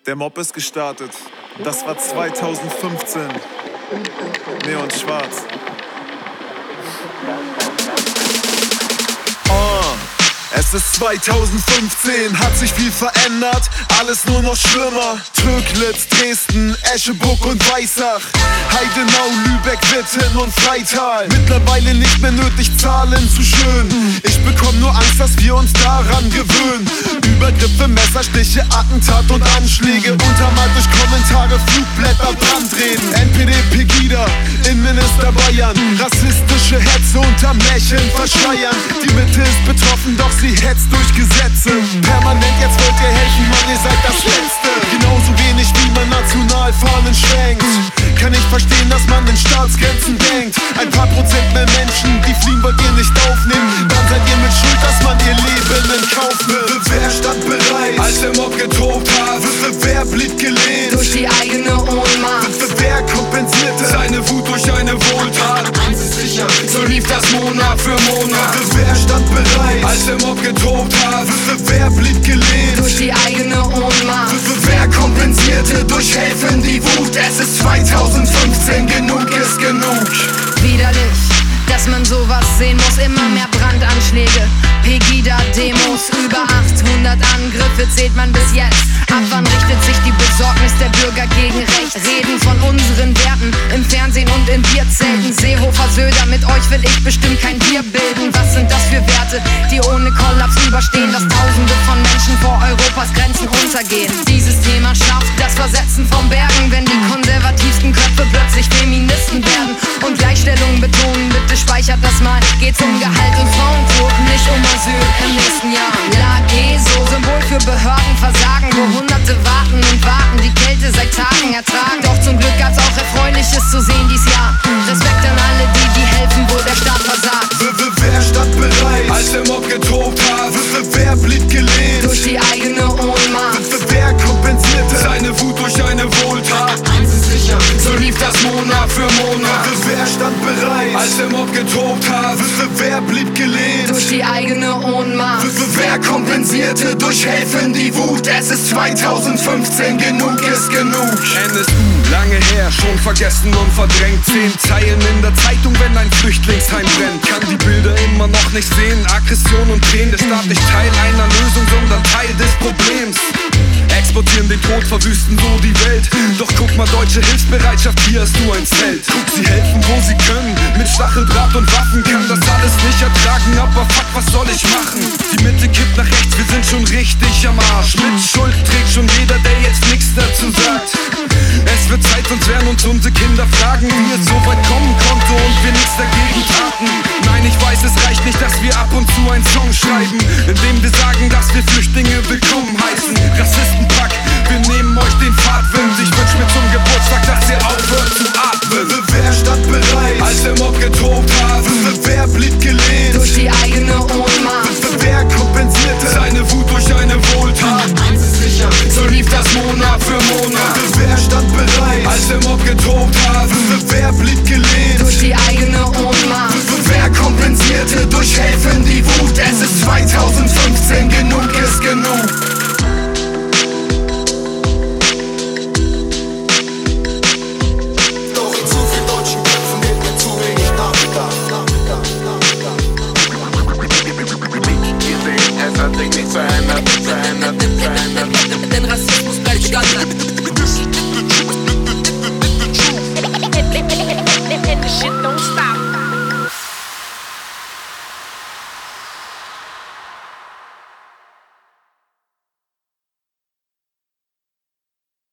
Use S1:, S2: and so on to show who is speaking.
S1: Der Mob ist gestartet. Das war 2015. Neon schwarz. Es ist 2015, hat sich viel verändert, alles nur noch schlimmer. Türklitz, Dresden, Escheburg und Weissach, Heidenau, Lübeck, Witten und Freital. Mittlerweile nicht mehr nötig, Zahlen zu schön. Ich bekomm nur Angst, dass wir uns daran gewöhnen. Übergriffe, Messerstiche, Attentat und Anschläge, untermalt durch Kommentare, Flugblätter, Brandreden. NPD, Pegida, Innenminister Bayern, rassistische Hetze unterm Lächeln verschleiern. Die Mitte ist betroffen, doch sie hetzt durch Gesetze. Permanent, jetzt wollt ihr helfen, Mann, ihr seid das Letzte. Genauso wenig wie man Nationalfahnen schwenkt, kann ich verstehen, dass man in Staatsgrenzen denkt. Ein paar Prozent mehr Menschen, die fliehen, wollt ihr nicht aufnehmen. Dann seid ihr mit Schuld, dass man ihr Leben in Kauf nimmt. Wer stand bereit, als der Mob getobt hat? Wer blieb gelehnt
S2: durch die eigene Ohnmacht?
S1: Wer kompensierte seine Wut durch eine Wohltat?
S2: Eins ist sicher, so lief das Monat für Monat.
S1: Wer stand bereit, als der Mob getobt hat? Wer blieb gelehnt
S2: durch die eigene Ohnmacht?
S1: Wer kompensierte durch Helfen die Wut? Es ist 2015, genug ist genug.
S2: Widerlich, dass man sowas sehen muss. Immer mehr Brandanschläge, Pegida-Demos, über 800 Angriffe zählt man bis jetzt. Ab wann richtet sich die Besorgnis der Bürger gegen rechts? Reden von unseren Werten im Fernsehen und in Bierzelten. Seehofer, Söder, mit euch will ich bestimmt kein Bier bilden. Was sind das für Werte, die ohne Kollaps überstehen? Dass Tausende von Menschen vor Europas Grenzen untergehen. Dieses Thema schafft das Versetzen vom Bergen, wenn die konservativsten Köpfe plötzlich Feministen werden und Gleichstellung betonen. Bitte speichert das mal, geht's um Gehalt und Frauenquoten, nicht um Asyl im nächsten Jahr. Lage so, Symbol für Behördenversagen, wo Hunderte warten und warten, die Kälte seit Tagen ertragen. Doch zum Glück gab's auch Erfreuliches zu sehen dies Jahr. Respekt an alle, die helfen, wo der Staat versagt.
S1: Wer stand bereit, als der Mob getobt hat? Wer blieb gelehnt
S2: durch die eigene Ohnmacht?
S1: Wer kompensierte seine Wut durch eine Wohltat?
S2: Eins ist sicher,
S1: so lief das Monat für Monat. Wer stand bereit, als der Mob getobt hat? Wer blieb gelehnt
S2: durch die eigene Ohnmacht?
S1: Wer kompensierte durch Helfen die Wut? Es ist 2015, genug ist genug.
S3: NSU, lange her, schon vergessen und verdrängt. 10 Zeilen in der Zeitung, wenn ein Flüchtlingsheim brennt. Kann die Bilder immer noch nicht sehen. Aggression und Tränen, der Staat nicht Teil einer Lösung, sondern Teil des Problems. Exportieren den Tod, verwüsten so die Welt. Doch guck mal, deutsche Hilfsbereitschaft, hier hast du ein Zelt. Guck, sie helfen, wo sie können. Mit Stacheldraht und Waffen kann das alles nicht ertragen. Aber fuck, was soll ich machen? Die Mitte kippt nach rechts, wir sind schon richtig am Arsch. Mit Schuld trägt schon jeder, der jetzt nichts dazu sagt. Es wird Zeit, sonst werden uns unsere Kinder fragen, wie es so weit kommen konnte und wir nichts dagegen taten. Nein, ich weiß, es reicht nicht, dass wir ab und zu einen Song schreiben, in dem wir sagen, dass wir Flüchtlinge willkommen heißen. Rassistenpack, wir nehmen euch den Fahrtwind. Ich wünsch mir zum Geburtstag, dass ihr aufhört zu atmen.
S1: Wer stand bereit, als der Mob getobt hat? Wer blieb gelehnt
S2: durch die eigene Ohnmacht?
S1: Wer kompensierte seine Wut durch eine Wohltat?
S2: Eins ist sicher,
S1: so lief das Monat für Monat. Wer stand bereit, als der Mob getobt hat? Wer blieb gelehnt
S2: durch die eigene Ohnmacht?
S1: Wer kompensierte durch Helfen die Wut? Es ist 2015, genug ist genug.
S4: Doch in zu vielen deutschen Köpfen wird mir zu wenig nachgedacht.
S5: Es hat sich nichts verändert.
S2: Denn Rassismus bleibt Standard.